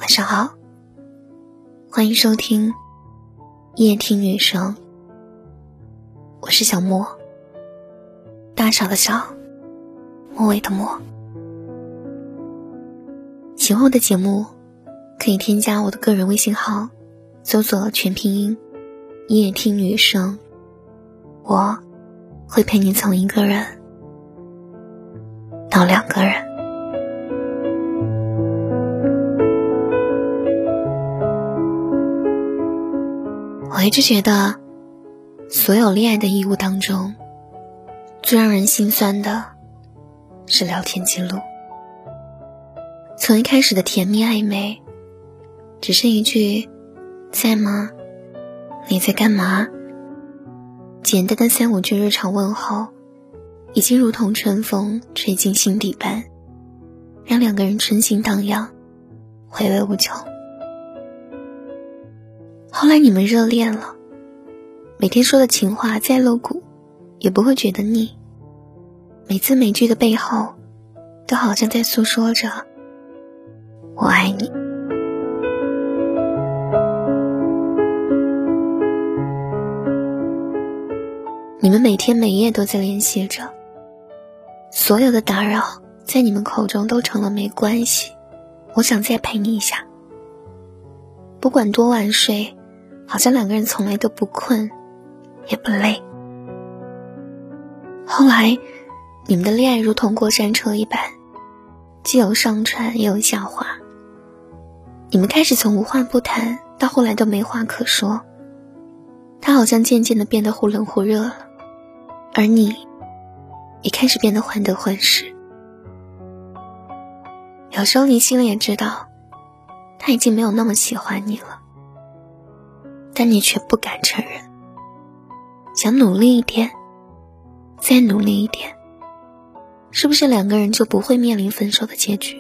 晚上好，欢迎收听夜听女生，我是小莫，大小的小，末尾的末。喜欢我的节目可以添加我的个人微信号，搜索全拼音夜听女生，我会陪你从一个人到2个人。我一直觉得所有恋爱的义务当中，最让人心酸的是聊天记录。从一开始的甜蜜暧昧，只是一句在吗？你在干嘛？简单的3-5句日常问候，已经如同春风吹进心底般，让2个人春心荡漾，回味无穷。后来你们热恋了，每天说的情话再露骨也不会觉得腻，每字每句的背后都好像在诉说着我爱你。你们每天每夜都在联系着，所有的打扰在你们口中都成了没关系，我想再陪你一下。不管多晚睡，好像2个人从来都不困也不累。后来你们的恋爱如同过山车一般，既有上传也有下滑。你们开始从无话不谈到后来都没话可说，他好像渐渐地变得忽冷忽热了，而你也开始变得患得患失。有时候你心里也知道他已经没有那么喜欢你了，但你却不敢承认，想努力一点，再努力一点，是不是2个人就不会面临分手的结局？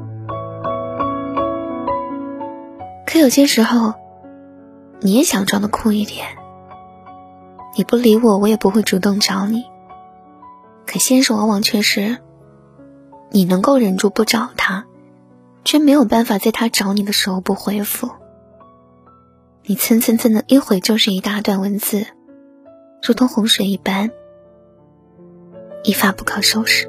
可有些时候你也想装得酷一点，你不理我，我也不会主动找你。可现实往往却是你能够忍住不找他，却没有办法在他找你的时候不回复。你蹭蹭蹭的一回就是一大段文字，如同洪水一般，一发不可收拾。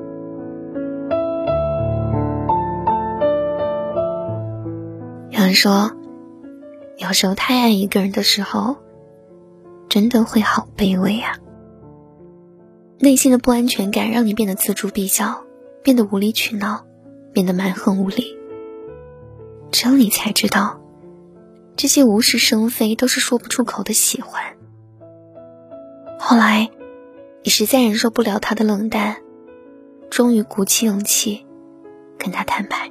有人说，有时候太爱一个人的时候，真的会好卑微啊。内心的不安全感让你变得锱铢必较，变得无理取闹，变得蛮横无理。只有你才知道，这些无事生非都是说不出口的喜欢。后来你实在忍受不了他的冷淡，终于鼓起勇气跟他摊牌。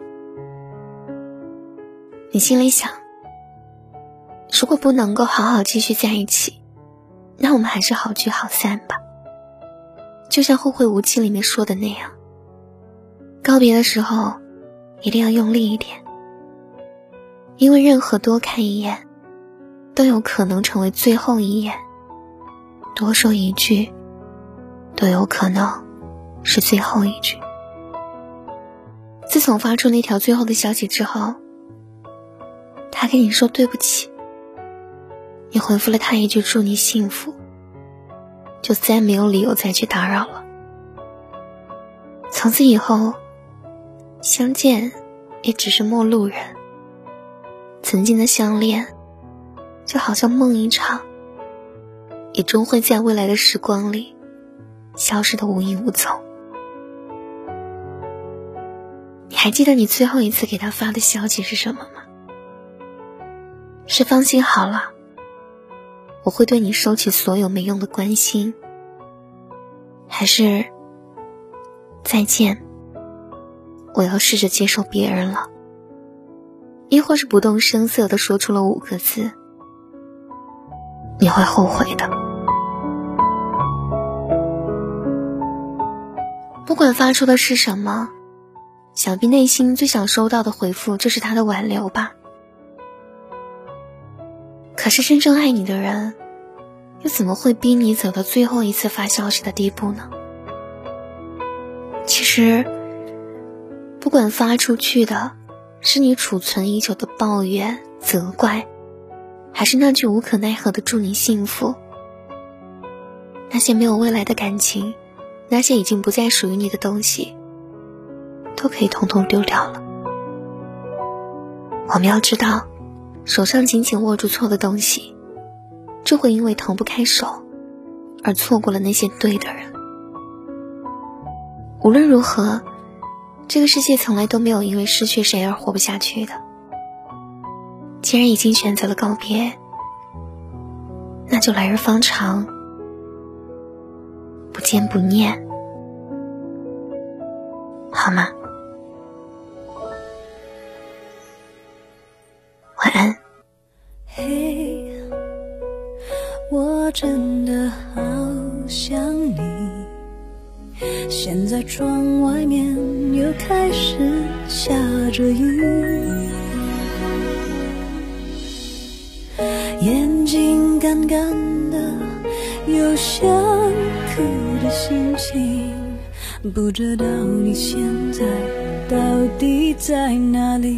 你心里想，如果不能够好好继续在一起，那我们还是好聚好散吧。就像《后会无期》里面说的那样，告别的时候一定要用力一点，因为任何多看一眼都有可能成为最后一眼，多说一句都有可能是最后一句。自从发出那条最后的消息之后，他跟你说对不起，你回复了他一句祝你幸福，就再没有理由再去打扰了。从此以后相见也只是陌路人，曾经的相恋就好像梦一场，也终会在未来的时光里消失得无影无踪。你还记得你最后一次给他发的消息是什么吗？是放心好了，我会对你收起所有没用的关心，还是再见，我要试着接受别人了，亦或是不动声色地说出了5个字，你会后悔的。不管发出的是什么，想必内心最想收到的回复就是他的挽留吧。可是真正爱你的人，又怎么会逼你走到最后一次发消息的地步呢？其实不管发出去的是你储存已久的抱怨、责怪，还是那句无可奈何的祝你幸福？那些没有未来的感情，那些已经不再属于你的东西，都可以统统丢掉了。我们要知道，手上紧紧握住错的东西，就会因为腾不开手而错过了那些对的人。无论如何，这个世界从来都没有因为失去谁而活不下去的。既然已经选择了告别，那就来日方长，不见不念，好吗？晚安。 嘿，我真的好想你，现在窗外面又开始下着雨，眼睛干干的，有想哭的心情，不知道你现在到底在哪里。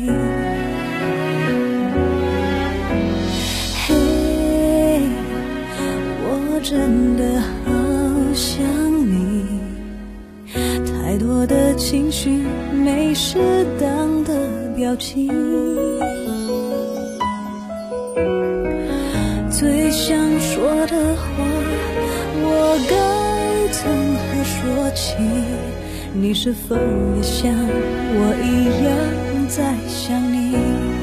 嘿，我真的好想你，太多的情绪，没适当的表情，最想说的话，我该从何说起？你是否也像我一样在想你？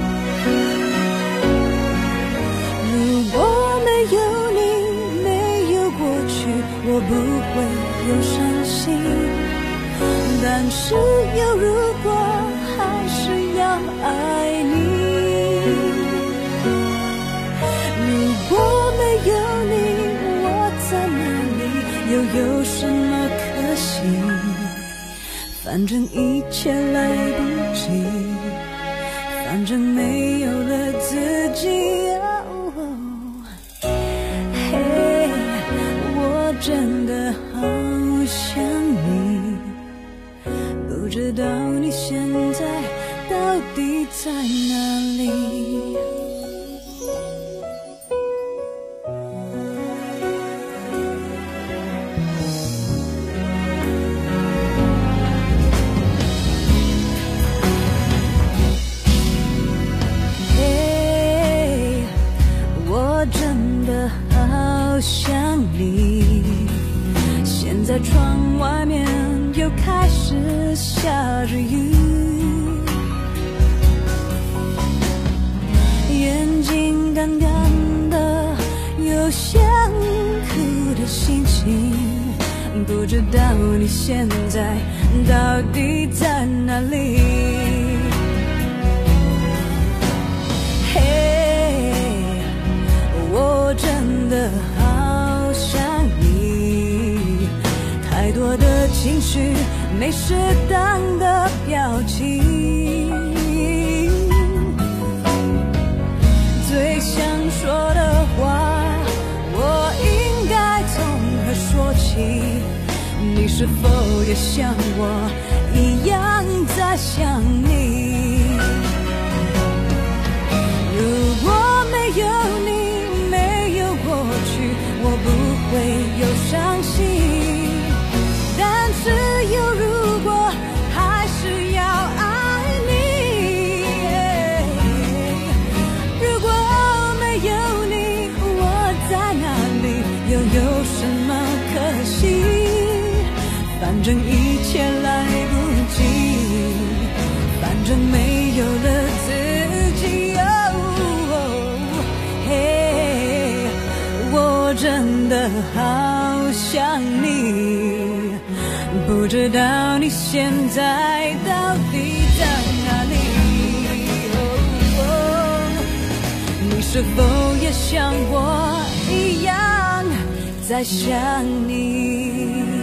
如果没有你，没有过去，我不会有伤心。但是有如果，还是要爱你。如果没有你，我在哪里，又有什么可惜？反正一切来不及，反正没有了自己。嘿，我真的好想你，不知道你现在到底在哪里。嘿，我真的好想你，现在窗外面又开始下着雨，眼睛干干的，有想哭的心情，不知道你现在到底在哪里。嘿，我真的好想你，太多的情绪，没适当的表情，最想说的话，我应该从何说起？你是否也像我一样在想你？如果没有你，没有过去，我不会有伤心。但是有如果，还是要爱你。如果没有你，我在哪里，又有什么可惜？反正一切来不及，反正没有了自己。嘿，我真的好想你，不知道你现在到底在哪里。你是否也像我一样在想你？